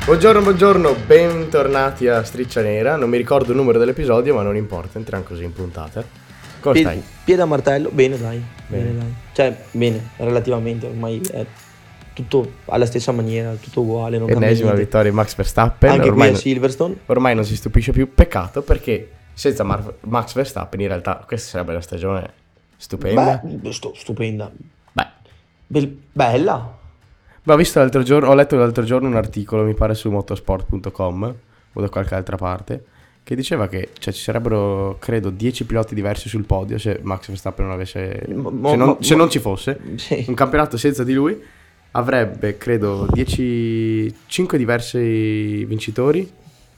Buongiorno, bentornati a Striccia Nera. Non mi ricordo il numero dell'episodio, ma non importa, entriamo così in puntata. Come stai? Piede a martello, bene dai. Cioè, bene, relativamente, ormai è tutto alla stessa maniera, tutto uguale. Non cambia Ennesima niente. vittoria di Max Verstappen. Anche ormai qui a Silverstone. Ormai non si stupisce più, peccato, perché senza Max Verstappen in realtà questa sarebbe una stagione stupenda. Stupenda. Ma Bella. ho letto l'altro giorno un articolo, mi pare su motorsport.com o da qualche altra parte, che diceva che ci sarebbero, credo, 10 piloti diversi sul podio se Max Verstappen non avesse... se non ci fosse. Sì. Un campionato senza di lui avrebbe, credo, 5 diversi vincitori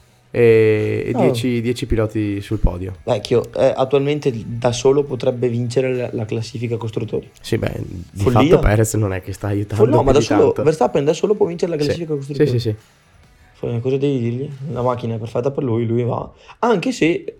e 10 piloti sul podio. Vecchio, attualmente da solo potrebbe vincere la classifica costruttori. Sì, beh, di Follia. fatto Perez non è che sta aiutando No, ma più da di solo tanto. Verstappen da solo può vincere la classifica costruttori. Sì. Cosa devi dirgli? La macchina è perfetta per lui va. Anche se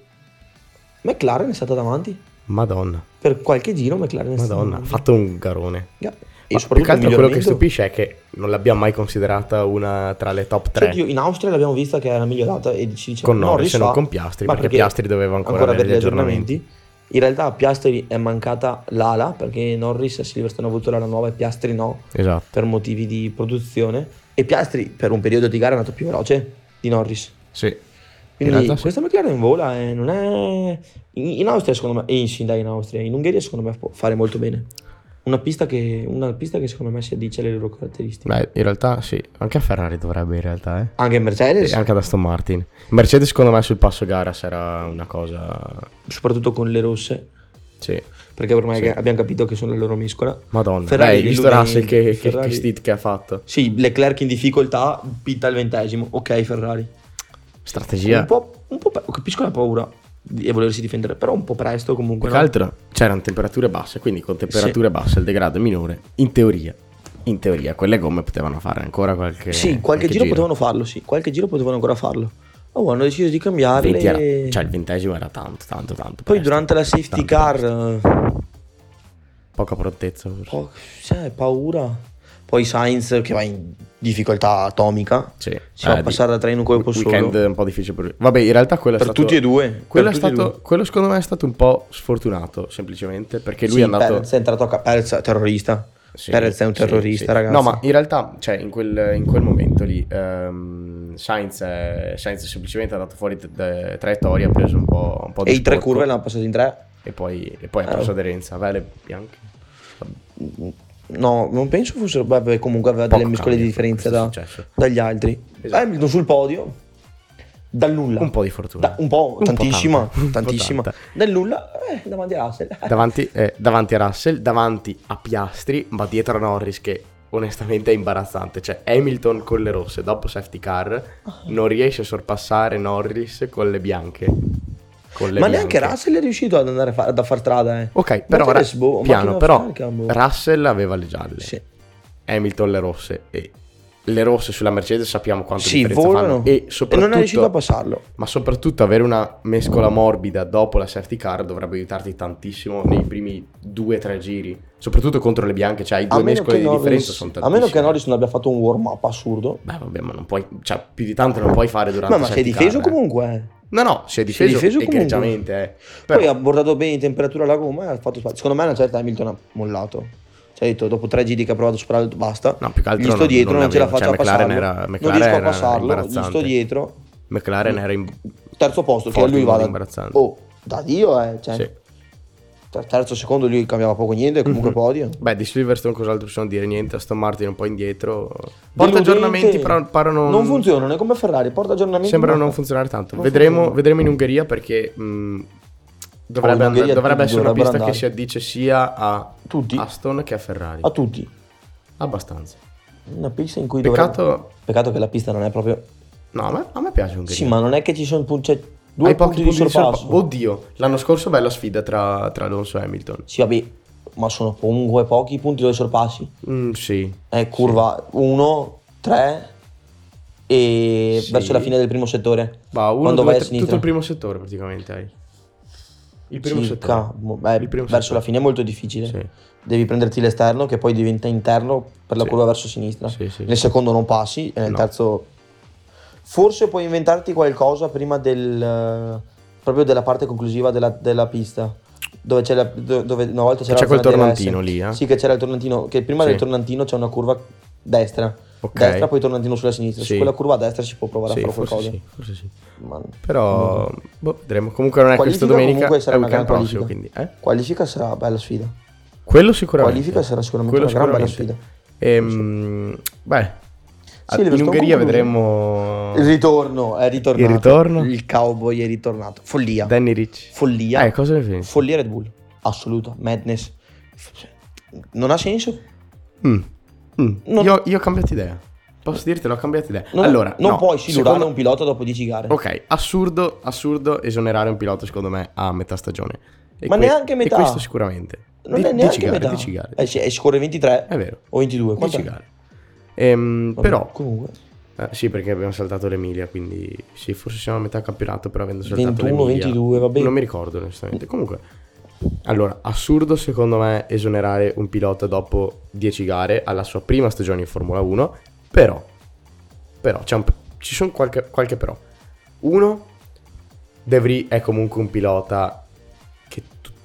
McLaren è stata davanti. Madonna, Per qualche giro McLaren è stata ha davanti. fatto un garone. E Ma più che altro quello che stupisce è che non l'abbiamo mai considerata una tra le top 3 in Austria l'abbiamo vista che era migliorata e ci diceva con Norris e non con Piastri, perché Piastri doveva ancora avere gli aggiornamenti. In realtà a Piastri è mancata l'ala, perché Norris a Silverstone ha avuto l'ala nuova e Piastri no, Esatto. per motivi di produzione, e Piastri per un periodo di gara è andato più veloce di Norris. Sì. Quindi In realtà questa McLaren vola e non è... In Austria secondo me, in Austria, in Ungheria secondo me può fare molto bene. Una pista che secondo me si addice alle loro caratteristiche. Beh, in realtà sì, anche a Ferrari dovrebbe in realtà, Anche Mercedes, e anche ad Aston Martin. Mercedes secondo me sul passo gara sarà una cosa... soprattutto con le rosse, Sì. perché ormai Sì. abbiamo capito che sono la loro mescola. Madonna, Ferrari, hai visto Russell che stit che ha fatto? Sì, Leclerc in difficoltà, pitta il 20°. Ok, Ferrari. Strategia. Un po' capisco la paura di volersi difendere, però un po' presto comunque. Più che altro c'erano temperature basse, quindi con temperature basse il degrado è minore. In teoria quelle gomme potevano fare ancora qualche giro potevano farlo, qualche giro potevano ancora farlo. Hanno deciso di cambiarle. il 20° era tanto Poi presto. durante la safety car Poca prontezza forse. paura. Poi Sainz che va in difficoltà atomica. Sì. Si va a passare da treno in colpo weekend solo. un po' difficile per lui. Vabbè, in realtà quello è Per stato tutti e due. Quello secondo me è stato un po' sfortunato, semplicemente, perché lui è andato... Perez è entrato Perez è terrorista. Sì, Perez è un terrorista, sì. ragazzi. No, ma in realtà, cioè, in quel momento lì, Sainz è semplicemente andato fuori traiettoria, ha preso un po' di E i tre sporco, curve l'hanno passato in 3. e poi ha perso aderenza. Vele bianche. No, non penso fossero. Beh, comunque aveva delle mescole di differenza dagli altri. Esatto. Hamilton sul podio. Dal nulla. Un po' di fortuna. Tantissima. Tanta. Dal nulla, davanti a Russell. Davanti a Russell, davanti a Piastri, ma dietro a Norris, che onestamente è imbarazzante. Cioè, Hamilton con le rosse dopo safety car non riesce a sorpassare Norris con le bianche. Ma neanche Russell è riuscito ad andare a far strada. Ok, però Russell aveva le gialle. Sì. Hamilton le rosse, e le rosse sulla Mercedes sappiamo quanto differenza volano. fanno, e non è riuscito a passarlo. Ma soprattutto avere una mescola morbida dopo la safety car dovrebbe aiutarti tantissimo nei primi 2-3 giri, soprattutto contro le bianche, cioè i due mescole di differenza sono tantissime. A meno che Norris non abbia fatto un warm up assurdo. Beh, vabbè, ma non puoi, cioè più di tanto non puoi fare durante la ma si è safety difeso car, comunque. No, si è difeso egregiamente. Però... Poi ha bordato bene in temperatura la gomma e ha fatto spazio. Secondo me una certa Hamilton ha mollato. Cioè, ha detto, dopo 3 giri che ha provato a superare, basta. No, più che altro gli sto dietro, non ce la faccio a passarlo. McLaren non riesco a passarlo, gli sto dietro. McLaren era terzo posto, che a lui va da Dio, cioè. Sì. Terzo, secondo, lui cambiava poco niente, comunque podio. Beh, di Silverstone cos'altro possiamo dire? Niente, Aston Martin un po' indietro. Porta aggiornamenti, però parlano... Non funzionano, è come Ferrari, porta aggiornamenti. Sembrano non funzionare tanto. Vedremo in Ungheria, perché dovrebbe essere una pista che si addice sia a tutti. Aston che a Ferrari. A tutti. Abbastanza. Una pista in cui Peccato che la pista non è proprio... No, a me piace Ungheria. Sì, ma non è che ci sono... Due hai pochi punti di sorpasso. Oddio, l'anno scorso bella sfida tra Alonso e Hamilton. Sì, vabbè, ma sono comunque pochi punti dove sorpassi. Sì. Curva 1, 3 e verso la fine del primo settore. Quando vai a sinistra. Tutto il primo settore praticamente hai. Il primo settore. Verso la fine è molto difficile. Sì. Devi prenderti l'esterno che poi diventa interno per la curva verso sinistra. Sì. Nel secondo non passi e nel terzo Forse puoi inventarti qualcosa prima proprio della parte conclusiva della pista, dove dove una volta c'era C'è quel la zona DRS. tornantino lì, Sì, che c'era il tornantino, che prima Sì. del tornantino c'è una curva destra, Ok. destra, poi tornantino sulla sinistra. Sì. Su quella curva a destra si può provare Sì, a fare forse qualcosa. sì, forse sì. Ma Però vedremo. Comunque non è questa qualifica domenica, comunque è sarà il una gran weekend prossimo, qualifica. quindi Qualifica sarà una bella sfida. quello sicuramente. Qualifica sarà sicuramente Quello una gran bella sicuramente. sfida. Beh, Sì, in Silverstone Ungheria concluso. vedremo Il ritorno è ritornato. Il ritorno? Il cowboy è ritornato. Follia. Danny Ricci. Follia. Cosa ne pensi? Follia Red Bull. Assoluta. Madness. Non ha senso. Non- Io ho cambiato idea. Posso dirtelo, ho cambiato idea. Non, Allora, non no, puoi silurare secondo- un pilota dopo 10 gare. Ok, assurdo esonerare un pilota secondo me a metà stagione. Ma neanche metà. E questo sicuramente. Non è 10 neanche gare, metà. 10 gare. Scorre 23 È vero. o 22. 10 Quant'è? gare. Vabbè, Però, comunque sì, perché abbiamo saltato l'Emilia, quindi sì, forse siamo a metà campionato, però avendo saltato 21, l'Emilia. 22, va bene. Non mi ricordo onestamente. Comunque, allora, assurdo secondo me esonerare un pilota dopo 10 gare alla sua prima stagione in Formula 1, però ci sono qualche però. Uno, De Vries è comunque un pilota che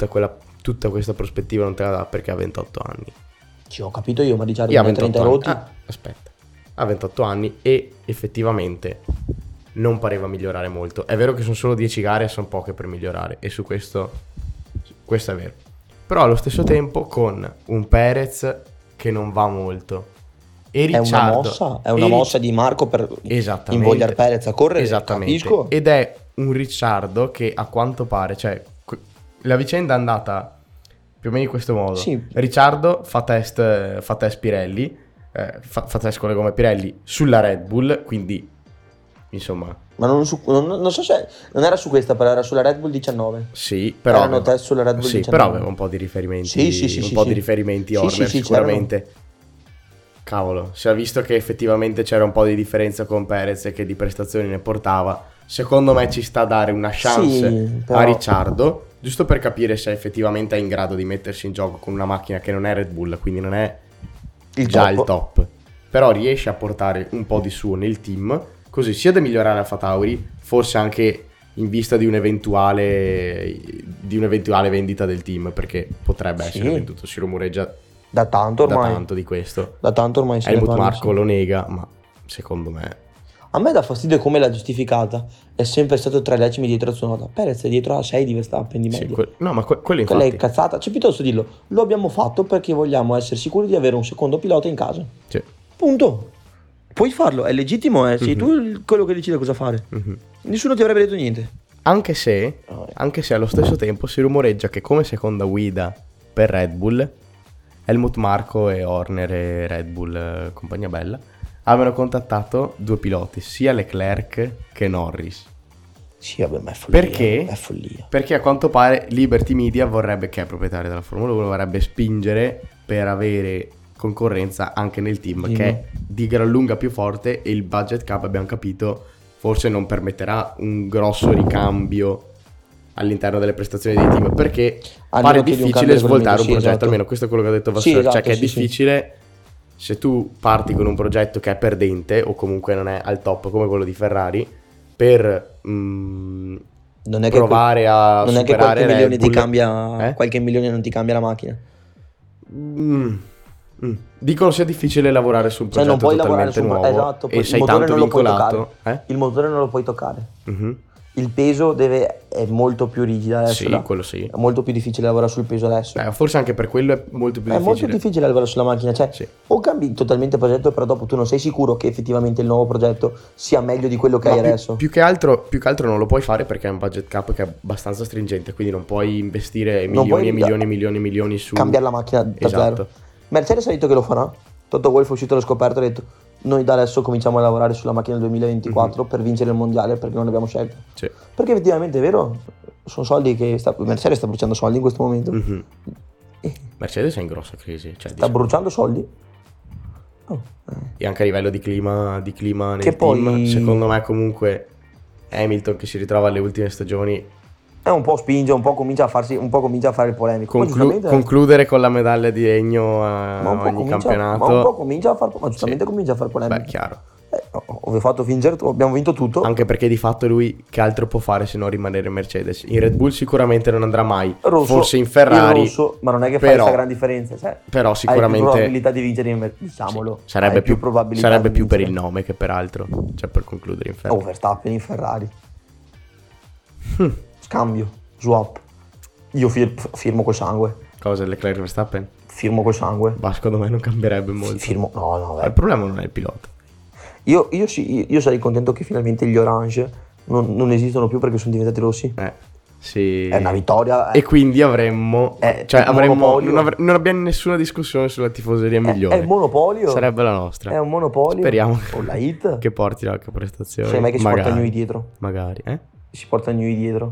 tutta questa prospettiva non te la dà perché ha 28 anni. Ci ho capito io, ma di Ricciardo E ha ne ha 28 30 anni. rotti. Aspetta, ha 28 anni e effettivamente non pareva migliorare molto. È vero che sono solo 10 gare e sono poche per migliorare, e su questo è vero. Però allo stesso tempo con un Perez che non va molto e Ricciardo È una mossa di Marco per Esattamente. invogliare Perez a correre. Esattamente. Capisco. Ed è un Ricciardo che a quanto pare, cioè la vicenda è andata più o meno in questo modo. Sì. Ricciardo fa test Pirelli, fa test con le gomme Pirelli sulla Red Bull, quindi insomma Ma non so se non era su questa, però era sulla Red Bull 19. sì, però Erano test sulla Red Bull sì, 19. però aveva un po' di riferimenti, di riferimenti Sì, Horner sì, sicuramente. Cavolo, si è visto che effettivamente c'era un po' di differenza con Perez e che di prestazioni ne portava. Secondo me ci sta a dare una chance Sì, però- a Ricciardo, giusto per capire se effettivamente è in grado di mettersi in gioco con una macchina che non è Red Bull, quindi non è il top. Però riesce a portare un po' di suo nel team, così sia da migliorare AlphaTauri, forse anche in vista di un'eventuale vendita del team, perché potrebbe Sì. essere venduto, si rumoreggia Da tanto da ormai. tanto di questo. Da tanto ormai se ne Helmut parla, Marko sì. lo nega, ma secondo me A me dà fastidio come l'ha giustificata. È sempre stato 3 decimi dietro a Tsunoda. Perez è dietro a 6 di Verstappen di sì, media. no, ma quello Quella infatti è cazzata. Cioè, piuttosto dirlo, lo abbiamo fatto perché vogliamo essere sicuri di avere un secondo pilota in casa. sì. Punto. Puoi farlo, è legittimo, sei tu quello che decide cosa fare. Nessuno ti avrebbe detto niente. Anche se allo stesso tempo si rumoreggia che come seconda guida per Red Bull Helmut Marko e Horner e Red Bull, compagnia bella, avevano contattato 2 piloti, sia Leclerc che Norris. Sì, vabbè, ma è follia. Perché? È follia. Perché a quanto pare Liberty Media vorrebbe, che è proprietaria della Formula 1, vorrebbe spingere per avere concorrenza anche nel team, Sì. che è di gran lunga più forte, e il budget cap, abbiamo capito, forse non permetterà un grosso ricambio all'interno delle prestazioni dei team, perché Almeno pare chiedi un difficile cambio di svoltare un regolamento, sì, progetto, esatto. almeno questo è quello che ha detto Vasseur, Sì, esatto, cioè che è sì, sì. difficile se tu parti con un progetto che è perdente o comunque non è al top come quello di Ferrari, per Non è che provare a non è che superare qualche milione Red ti Bull. cambia. Qualche milione non ti cambia la macchina. Dicono sia difficile lavorare su un Cioè, progetto non puoi lavorare totalmente su nuovo, esatto, e il sei motore tanto non lo puoi vincolato. toccare. Il motore non lo puoi toccare. Mhm. Il peso è molto più rigido adesso. Sì, quello sì. È molto più difficile lavorare sul peso adesso. Forse anche per quello è molto più È molto difficile. difficile lavorare sulla macchina, cioè Sì. o cambi totalmente il progetto, però dopo tu non sei sicuro che effettivamente il nuovo progetto sia meglio di quello che Ma hai adesso. più che altro non lo puoi fare perché è un budget cap che è abbastanza stringente, quindi non puoi investire Non milioni puoi e milioni e milioni e milioni su Cambiare la macchina da Esatto. zero. Mercedes ha detto che lo farà. Toto Wolff è uscito allo scoperto e ha detto: noi da adesso cominciamo a lavorare sulla macchina del 2024 per vincere il mondiale, perché non abbiamo scelta. Sì. Perché effettivamente è vero, sono soldi che Mercedes sta bruciando soldi in questo momento. Mhm. Eh, Mercedes è in grossa crisi, cioè, sta bruciando soldi. Oh, e anche a livello di clima nel Che team, poi- secondo me comunque Hamilton, che si ritrova alle ultime stagioni, È un po' spinge, un po' comincia a fare il polemico. Ma giustamente- concludere con la medaglia di legno a ma un po' ogni comincia- campionato. Ma un po' comincia a fare, ma giustamente comincia a fare polemica. Beh, chiaro. Ho fatto fingere, abbiamo vinto tutto. Anche perché di fatto lui che altro può fare se non rimanere in Mercedes? In Red Bull sicuramente non andrà mai, Rosso, forse in Ferrari, il rosso, ma non è che fa però- questa gran differenza, cioè, però hai più sicuramente probabilità di vincere, diciamolo. sarebbe hai più, probabilità sarebbe di più per il vincere. nome che per altro, cioè per concludere in Ferrari. Verstappen in Ferrari. Scambio, swap. Io firmo col sangue. Cosa, Leclerc Verstappen? Firmo col sangue. Ma secondo me non cambierebbe molto. Firmo. No, Ma il problema non è il pilota. Io sarei contento che finalmente gli orange non esistono più perché sono diventati rossi. Sì. È una vittoria. E quindi avremmo, È cioè il avremmo, monopolio. non abbiamo nessuna discussione sulla tifoseria migliore. È il monopolio. Sarebbe la nostra. È un monopolio. Speriamo O la hit. che portino anche prestazioni. Sai mai che si porta Newey dietro? Magari, Si porta Newey dietro?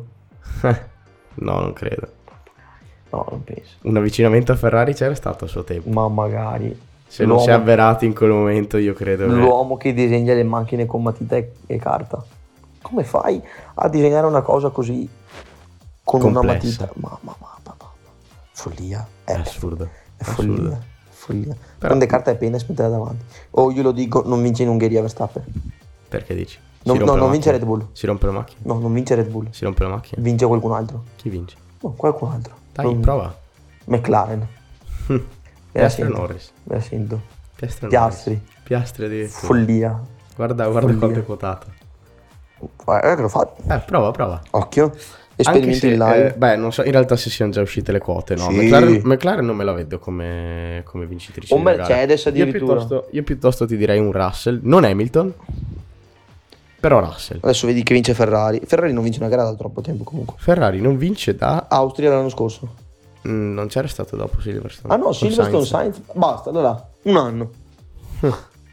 No, non credo. No, non penso. Un avvicinamento a Ferrari c'era stato a suo tempo. Ma magari. Se non si è avverato in quel momento, io credo. L'uomo che disegna le macchine con matita e carta. Come fai a disegnare una cosa così con complessa. una matita? Ma. Follia. È assurdo. È follia. Follia. Però- Prende carta e penna e smettere davanti. O io lo dico, non vince in Ungheria Verstappen. Perché dici? Non vince Red Bull. Si rompe la macchina? No, non vince Red Bull. Si rompe la macchina? Vince qualcun altro. Chi vince? No, qualcun altro. Dai, Non- prova. McLaren. Piastri o sento. Norris? Me la sento. Piastri o Piastri. Norris? Piastri addirittura. Follia. Guarda Follia. quanto è quotato. Guarda che lo fa. Prova. Occhio. Anche Esperimenti se, in live. non so, in realtà se siano già uscite le quote, no? Sì. McLaren non me la vedo come vincitrice. O di una gara. Mercedes addirittura. Io piuttosto ti direi un Russell, non Hamilton, però Russell. Adesso vedi che vince Ferrari. Ferrari non vince una gara da troppo tempo comunque. Ferrari non vince da... Austria l'anno scorso. non c'era stato dopo Silverstone. Ah no, Con Silverstone Sainz. Basta, allora. Un anno. Da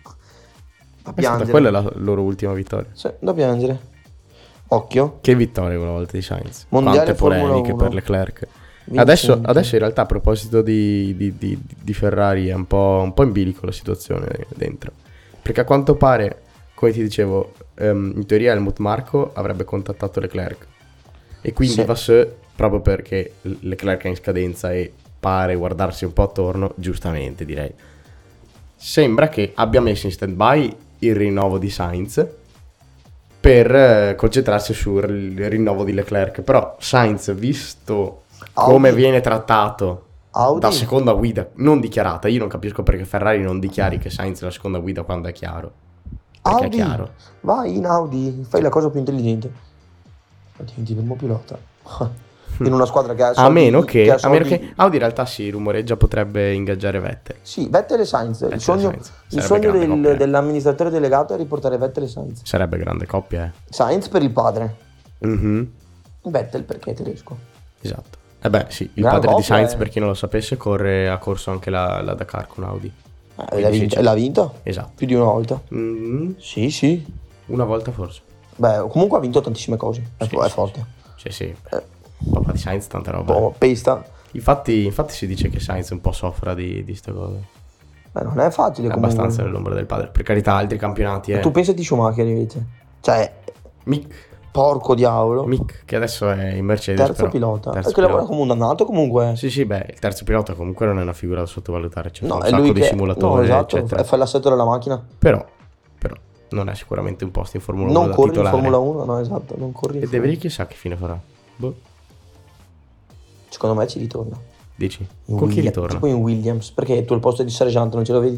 È stata piangere. quella la loro ultima vittoria. Sì, da piangere. Occhio. Che vittoria quella volta di Sainz. Mondiale Quante Formula polemiche 1. per Leclerc. Vincente. Adesso in realtà a proposito di Ferrari è un po' in bilico la situazione dentro. Perché a quanto pare, come ti dicevo, in teoria Helmut Marko avrebbe contattato Leclerc. E quindi Sì. Vasseur, proprio perché Leclerc è in scadenza e pare guardarsi un po' attorno, giustamente direi, sembra che abbia messo in stand-by il rinnovo di Sainz per concentrarsi sul rinnovo di Leclerc. Però Sainz, visto come Audi. viene trattato Audi. da seconda guida non dichiarata, io non capisco perché Ferrari non dichiari che Sainz è la seconda guida quando è chiaro. Perché Audi. è chiaro. Vai in Audi. Fai la cosa più intelligente. Diventi il primo pilota. In una squadra che ha A soldi, meno che ha soldi- Audi in realtà si rumoreggia potrebbe ingaggiare Vettel. Sì, Vettel e Sainz. Vettel Il e sogno, Sainz. il Sarebbe sogno grande coppia, dell'amministratore delegato è riportare Vettel e Sainz. Sarebbe grande coppia, Sainz per il padre. Mhm, Vettel perché è tedesco. esatto. Sì, il Gran padre di coppia, Sainz, eh. per chi non lo sapesse, ha corso anche la Dakar con Audi. L'ha vinta? Esatto. Più di una volta. Mhm, Sì. una volta forse. Beh, comunque ha vinto tantissime cose. È Sì, forte. Sì. Papà di Sainz, tanta roba. Pesta. Infatti si dice che Sainz un po' soffra di queste cose. Beh, non è facile È comunque. abbastanza nell'ombra del padre. Per carità, altri campionati. Tu pensati Schumacher invece. Cioè, porco diavolo. Mick, che adesso è in Mercedes. Terzo però. pilota. Terzo Perché lavora pilota. come un dannato comunque. Sì, il terzo pilota comunque non è una figura da sottovalutare. C'è No, un è sacco lui di che... simulatori, No, esatto. eccetera. Fa l'assetto della macchina. Però non è sicuramente un posto in Formula 1 Non da corri in titolare. Formula 1, no, esatto. Non corri in E Formula Deveri chissà che fine farà. Boh, Secondo me ci ritorna. dici? In Con chi Williams, ritorna? Tipo in Williams. Perché tu al posto di Sargent non ce lo vedi?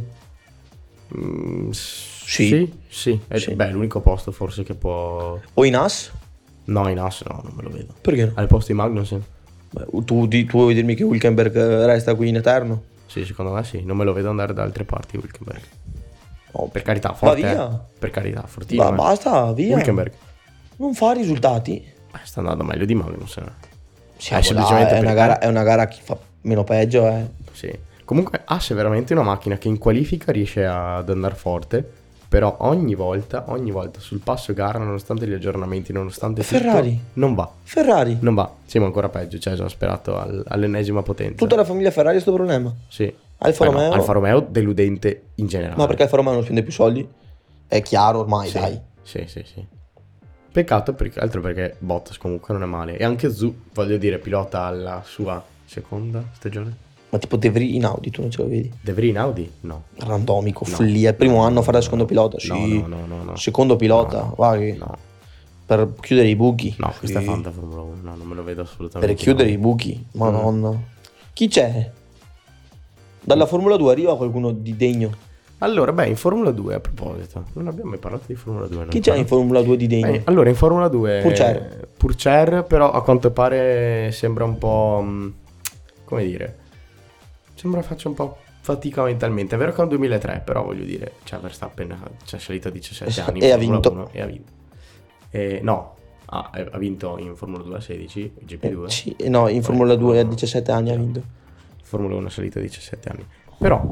Sì. Sì. Beh, l'unico posto forse che può... O in As? No, in Ass no, non me lo vedo. Perché no? Al posto di Magnussen? Beh, tu vuoi dirmi che Hülkenberg resta qui in eterno? Sì, secondo me sì. Non me lo vedo andare da altre parti Hülkenberg. No. Per carità, Va forte. via. Per carità, fortino. Basta, via. Hülkenberg. Non fa risultati. Sta andando meglio di Magnussen. Siamo semplicemente là, per- è una gara chi fa meno peggio, Sì. Comunque Haas è veramente una macchina che in qualifica riesce ad andare forte, però ogni volta sul passo gara, nonostante gli aggiornamenti, nonostante tutto, Ferrari. non va. Ferrari. Non va. Siamo ancora peggio, cioè esasperato all'ennesima potenza. Tutta la famiglia Ferrari ha questo problema. Sì. Alfa Poi no, Romeo. Alfa Romeo deludente in generale. Ma perché Alfa Romeo non spende più soldi? È chiaro ormai, Sì. dai. Sì. Peccato perché, altro perché Bottas comunque non è male. E anche Zhu, voglio dire, pilota alla sua seconda stagione. Ma tipo De Vries in Audi, tu non ce lo vedi? De Vries in Audi? No. Randomico, follia. Il primo anno farà il secondo pilota, sì. No. Secondo pilota, No. guarda che... No. Per chiudere i buchi. No, questa Sì. è Fanta Formula 1, no, non me lo vedo assolutamente. Per chiudere no. i buchi, madonna. Chi c'è? Dalla Formula 2 arriva qualcuno di degno? Allora, beh, in Formula 2 a proposito, non abbiamo mai parlato di Formula 2. Chi c'è in Formula 2 di degno? Allora, in Formula 2 Pourchaire. Pourchaire, però a quanto pare sembra un po', come dire, sembra faccia un po' fatica mentalmente. È vero che è un 2003, però voglio dire, cioè Verstappen c'è salito a 17 anni E in ha Formula vinto. 1 e ha vinto. No, ha vinto in Formula 2 a 16, GP2. Sì, no, in Formula 2 a 17 anni ha vinto. Formula 1 è salita a 17 anni. Però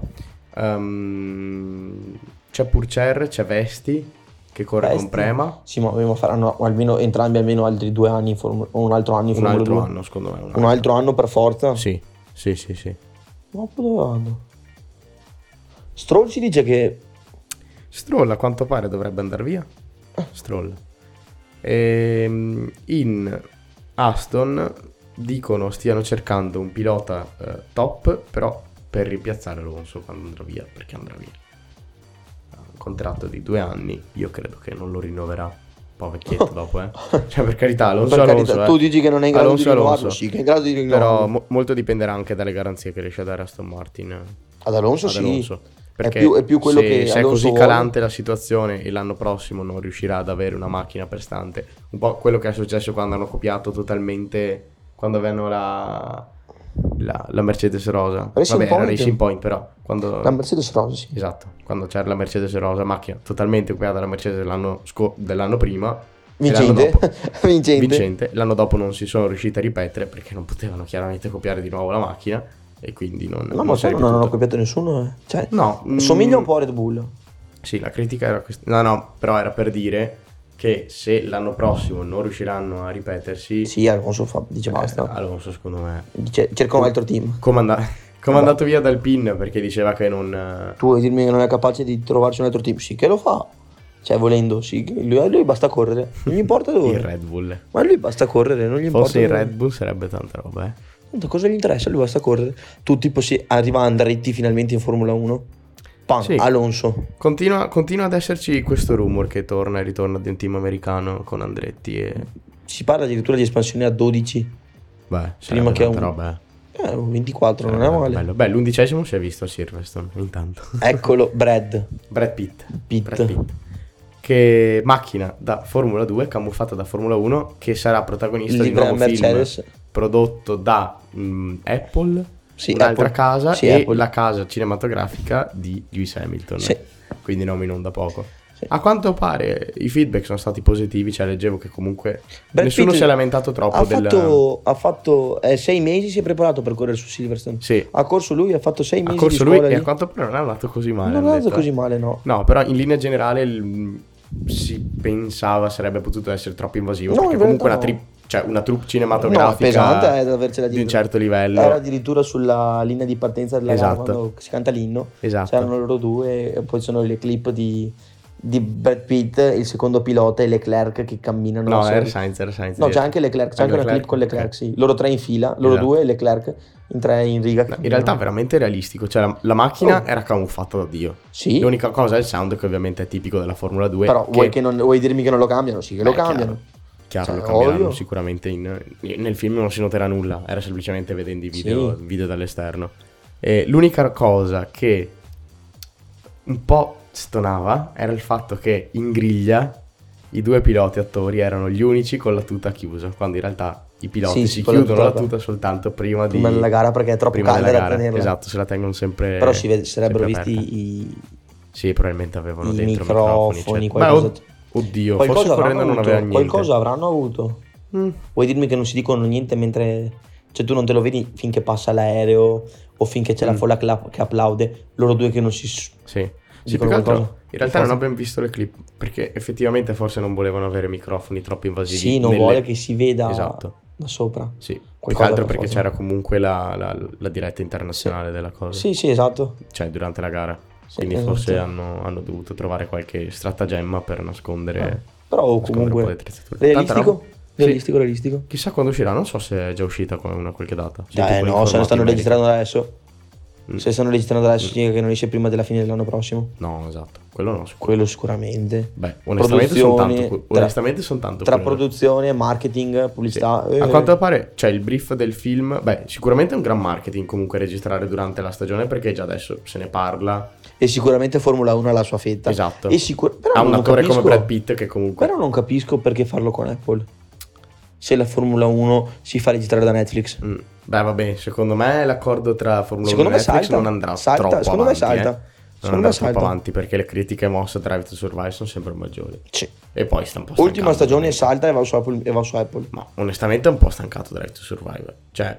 c'è Pourchaire, c'è Vesti che corre con Vesti? Prema. Sì, ma faranno almeno entrambi almeno altri 2 anni in Formula, o un altro anno in Un Formula altro 2. anno, secondo me. Un altro anno per forza. Sì. Ma dove vanno? Stroll ci dice che Stroll a quanto pare dovrebbe andare via. Stroll. In Aston dicono stiano cercando un pilota top, però per rimpiazzare Alonso quando andrà via, perché andrà via. Ha un contratto di 2 anni, io credo che non lo rinnoverà. Un po' vecchietto dopo, Cioè, per carità, Alonso, per carità, Alonso, tu dici che non è in grado Alonso, di rinnovarlo, Alonso. sì, che è in grado di rinnovarlo. Però molto dipenderà anche dalle garanzie che riesce a dare Aston Martin Ad Alonso ad sì. Alonso. Perché È più quello se, che se è Alonso così vuole. calante la situazione e l'anno prossimo non riuscirà ad avere una macchina prestante, un po' quello che è successo quando hanno copiato totalmente, quando avevano la Mercedes rosa. Racing Vabbè, era Point? Racing Point, però quando... La Mercedes Rosa, sì. Esatto, quando c'era la Mercedes rosa, macchina totalmente copiata dalla Mercedes dell'anno prima. e l'anno Vincente. dopo- Vincente. vincente. L'anno dopo non si sono riusciti a ripetere perché non potevano chiaramente copiare di nuovo la macchina e quindi non No, ma si è sai, non hanno ripetuta. copiato nessuno, Cioè, No, somiglia un po' a Red Bull. Sì, la critica era questa. No, però era per dire che se l'anno prossimo non riusciranno a ripetersi, Sì, Alonso dice basta. Alonso secondo me Dice, cerca un altro team. come è andato via dal PIN perché diceva che non... Tu vuoi dirmi che non è capace di trovarsi un altro team? Sì, che lo fa. Cioè, volendo, sì. A lui basta correre. Non gli importa dove. il Red Bull. Ma a lui basta correre, non gli importa. Forse il dove. Red Bull sarebbe tanta roba, Tanto cosa gli interessa? A lui basta correre. Tu tipo arriva Andretti finalmente in Formula 1. Pam, Sì. Alonso. Continua ad esserci questo rumor che torna e ritorna di un team americano con Andretti e... Si parla addirittura di espansione a 12. Beh, Prima che tanta un- roba, 24, non è male. Bello. Beh, l'11° si è visto a Silverstone, intanto. Eccolo, Brad Brad Pitt. Pitt. Brad Pitt. Che macchina da Formula 2, camuffata da Formula 1, che sarà protagonista di un Livrea nuovo Mercedes. film prodotto da Apple, Sì, un'altra Apple. casa Sì, e Apple. la casa cinematografica di Lewis Hamilton. Sì. Quindi nome non da poco. Sì. A quanto pare i feedback sono stati positivi, cioè leggevo che comunque Brad nessuno Pitt si è lamentato troppo ha fatto 6 mesi, si è preparato per correre su Silverstone. Sì. Ha corso lui, ha fatto 6 mesi Ha corso di lui scuola e lì. a quanto pare non è andato così male. Non è hanno andato detto, così male, no. No, però in linea generale si pensava sarebbe potuto essere troppo invasivo, No, perché in comunque realtà una troupe No, è cinematografica pesante ad avercela di un dietro. certo livello. Era addirittura sulla linea di partenza della gara Esatto. quando si canta l'inno. Esatto. C'erano loro due e poi sono le clip di Brad Pitt, il secondo pilota e Leclerc che camminano. No, solo- era Sainz. No, c'è anche Leclerc, c'è anche una clip con Leclerc, sì. Loro tre in fila, loro Esatto. due e Leclerc in tre in riga. In realtà è veramente realistico, cioè la macchina era camuffata da Dio. Sì. L'unica cosa è il sound che ovviamente è tipico della Formula 2. Però vuoi dirmi che non lo cambiano? Sì, che lo cambiano. Chiaro, Cioè, lo cambieranno ovvio. sicuramente. Nel film non si noterà nulla, era semplicemente vedendo i video dall'esterno. E l'unica cosa che un po' stonava era il fatto che in griglia i due piloti attori erano gli unici con la tuta chiusa, quando in realtà i piloti si con la chiudono la tuta- tuta soltanto prima della gara perché è troppo prima calda della da gara. tenerla. Esatto, se la tengono sempre. Però sarebbero sempre visti aperta. i Sì, probabilmente avevano i dentro microfoni, eccetera. qualcosa. Beh, oddio, Qualcosa forse correndo avranno non aveva avuto, niente. qualcosa avranno avuto. Vuoi dirmi che non si dicono niente mentre... Cioè tu non te lo vedi finché passa l'aereo o finché c'è la folla che applaude, loro due che non si... Sì, più dicono che altro, qualcosa? in realtà non abbiamo visto le clip perché effettivamente forse non volevano avere microfoni troppo invasivi. Sì, non vuole che si veda Esatto. da sopra. Sì, più che Qualcosa altro per perché forza. c'era comunque la diretta internazionale della cosa. Sì, sì, esatto. Cioè durante la gara. Sì, Quindi esatto. forse hanno dovuto trovare qualche stratagemma per nascondere. Però nascondere un po' comunque le attrezzature. Tanta realistico, roba. Sì. realistico. Chissà quando uscirà, non so se è già uscita con una qualche data. No, se ne stanno registrando adesso. Se stanno registrando adesso significa che non esce prima della fine dell'anno prossimo. No, esatto, quello no. Quello sicuramente. Beh, onestamente sono tanto, tra curioso. produzione, marketing, pubblicità. Sì. A quanto pare c'è il brief del film. Beh, sicuramente è un gran marketing comunque registrare durante la stagione, perché già adesso se ne parla. E sicuramente Formula 1 ha la sua fetta. Esatto. Però ha un non attore capisco, come Brad Pitt che comunque. Però non capisco perché farlo con Apple. Se la Formula 1 si fa registrare da Netflix. Beh, vabbè, secondo me l'accordo tra Formula 1 e Secondo me Netflix salta. non andrà Salta, troppo secondo me avanti. salta. Non Secondo andrà me troppo salta. avanti, perché le critiche mosse a Drive to Survive sono sempre maggiori. Sì. E poi sta un po' Ultima stancato, stagione veramente. salta e va su Apple. Ma onestamente è un po' stancato Drive to Survive. Cioè,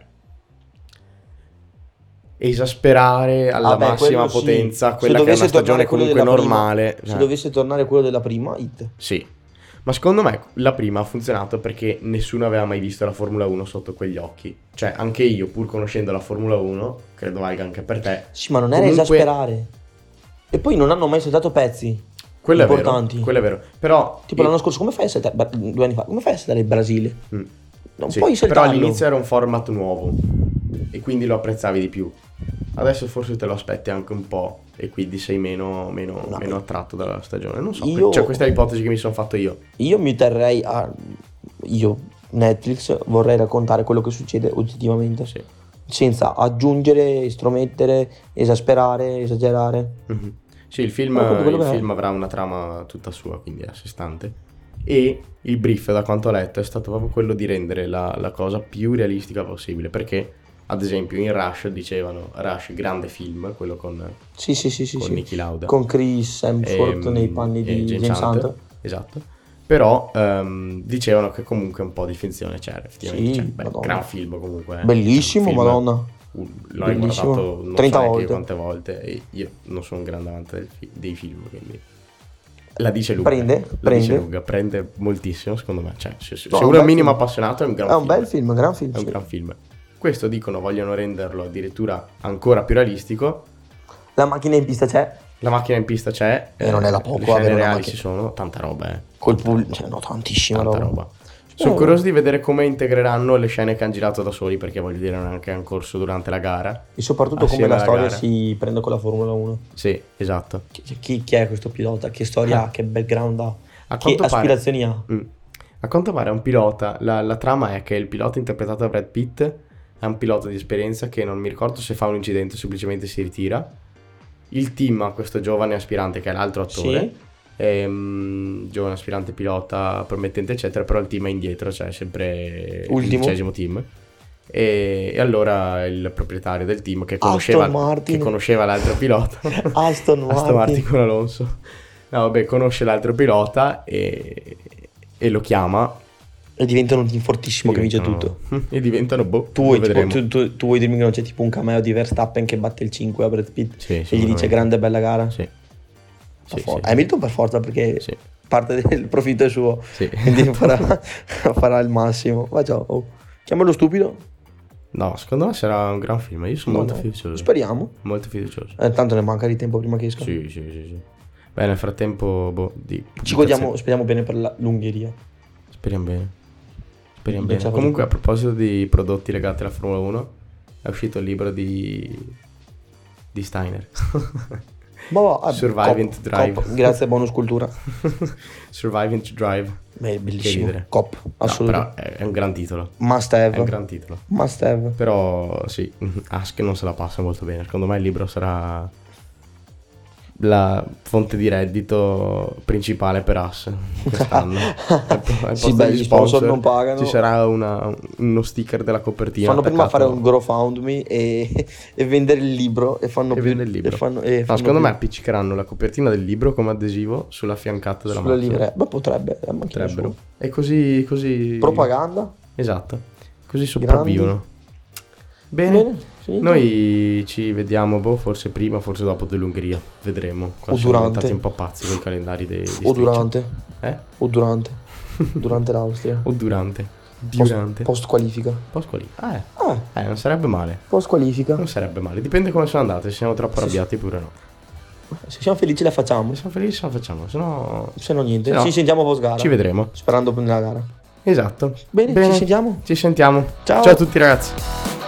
esasperare alla Vabbè, massima quello sì. potenza Se quella che è dovesse una stagione tornare quello comunque della prima- normale. Se dovesse tornare quello della prima, hit. Sì. Ma secondo me la prima ha funzionato perché nessuno aveva mai visto la Formula 1 sotto quegli occhi. Cioè, anche io, pur conoscendo la Formula 1, credo valga anche per te. Sì, ma non era Comunque- esasperare. E poi non hanno mai saltato pezzi Quello è vero. importanti. Quello è vero. Però Tipo l'anno scorso, come fai a saltare? 2 anni fa, come fai a saltare il Brasile? Non sì, puoi però saltarlo. all'inizio era un format nuovo e quindi lo apprezzavi di più. Adesso forse te lo aspetti anche un po' e quindi sei meno attratto dalla stagione. Non so, cioè questa è l'ipotesi che mi sono fatto io. Io mi terrei a... Io, Netflix, vorrei raccontare quello che succede oggettivamente. Sì. Senza aggiungere, estromettere, esasperare, esagerare. Sì, il film avrà una trama tutta sua, quindi è a sé stante. E il brief, da quanto ho letto, è stato proprio quello di rendere la cosa più realistica possibile. Perché, ad esempio, in Rush dicevano, Rush, grande film, quello con Sì. Niki Lauda. Con Chris Hemsworth nei panni di James Hunt. Esatto. Però dicevano che comunque un po' di finzione c'era, effettivamente. Sì, Cioè, Madonna. gran film comunque. Bellissimo, Film- Madonna. L'ho Bellissimo. guardato non 30 so neanche volte. quante volte e io non sono un grande amante dei film, quindi la dice lunga. Prende moltissimo secondo me, cioè, se No, uno è un minimo appassionato è un gran È un film. bel film, un gran film. È un sì. gran film. Questo dicono vogliono renderlo addirittura ancora più realistico. La macchina in pista c'è. La macchina in pista c'è, E non è la poco le scene avere una reali macchina. ci sono, tanta roba, Cioè, no, tantissima tanta roba. Sono curioso di vedere come integreranno le scene che hanno girato da soli, perché voglio dire non è anche un corso durante la gara. E soprattutto Assieme come la alla storia gara. si prende con la Formula 1. Sì, esatto. Chi è questo pilota? Che storia ha? Che background ha? A Che quanto pare- aspirazioni ha? A quanto pare è un pilota, la trama è che il pilota interpretato da Brad Pitt è un pilota di esperienza che non mi ricordo se fa un incidente o semplicemente si ritira. Il team ha questo giovane aspirante che è l'altro attore, giovane aspirante pilota promettente eccetera, però il team è indietro, cioè sempre Ultimo. il 11° team. E allora il proprietario del team che conosceva l'altro pilota Aston Martin con Alonso, no vabbè, conosce l'altro pilota e lo chiama e diventano un team fortissimo che vince tutto. e diventano Tu vuoi, lo vedremo. tu vuoi dirmi che non c'è tipo un cameo di Verstappen che batte il 5 a Brad Pitt Sì, e gli dice sicuramente. grande bella gara? Sì. Sì, sì. Hamilton per forza, perché Sì. parte del profitto è suo, Sì. quindi farà il massimo. Ma ciao, chiamalo stupido. No, secondo me sarà un gran film. Io sono molto fiducioso. Speriamo. Molto fiducioso. Tanto ne manca di tempo prima che esca. Sì. Beh, nel frattempo, Ci godiamo, speriamo bene per l'Ungheria. Speriamo bene. Non ce la Comunque, a faccio proposito di prodotti legati alla Formula 1, è uscito il libro di Steiner. Ma va, Surviving to Drive. Grazie a Bonus Cultura. Surviving to Drive. Beh, Che bellissimo. ridere. Cop, No, assolutamente. però è un gran titolo. Must È un have. gran titolo. Must have. Però sì, Ask non se la passa molto bene. Secondo me il libro sarà la fonte di reddito principale per As quest'anno. Sì, beh, gli sponsor non pagano. Ci sarà uno sticker della copertina. Fanno prima attaccato- fare un GoFundMe e vendere il libro e fanno E più vende il libro. e fanno secondo più me appiccicheranno la copertina del libro come adesivo sulla fiancata della sulla macchina. livrea. Beh, potrebbe, la macchina Potrebbero. sua. E così Propaganda. Esatto. Così sopravvivono. Bene. finito. Noi ci vediamo, forse prima, forse dopo dell'Ungheria. Vedremo. Qua O siamo durante. diventati un po' pazzi con i calendari di O Stitch. durante. Eh? O durante. Durante l'Austria. O durante. Durante. Post qualifica. Post qualifica. Ah, Non sarebbe male. post qualifica. Non sarebbe male. Dipende come sono andate. Se siamo troppo arrabbiati pure no. Se siamo felici la facciamo. Se siamo felici la facciamo. Se no Se no niente. Se no, Ci sentiamo post gara. ci vedremo. Sperando nella gara. Esatto. Bene, ci sentiamo. Ci sentiamo. Ciao. Ciao a tutti ragazzi.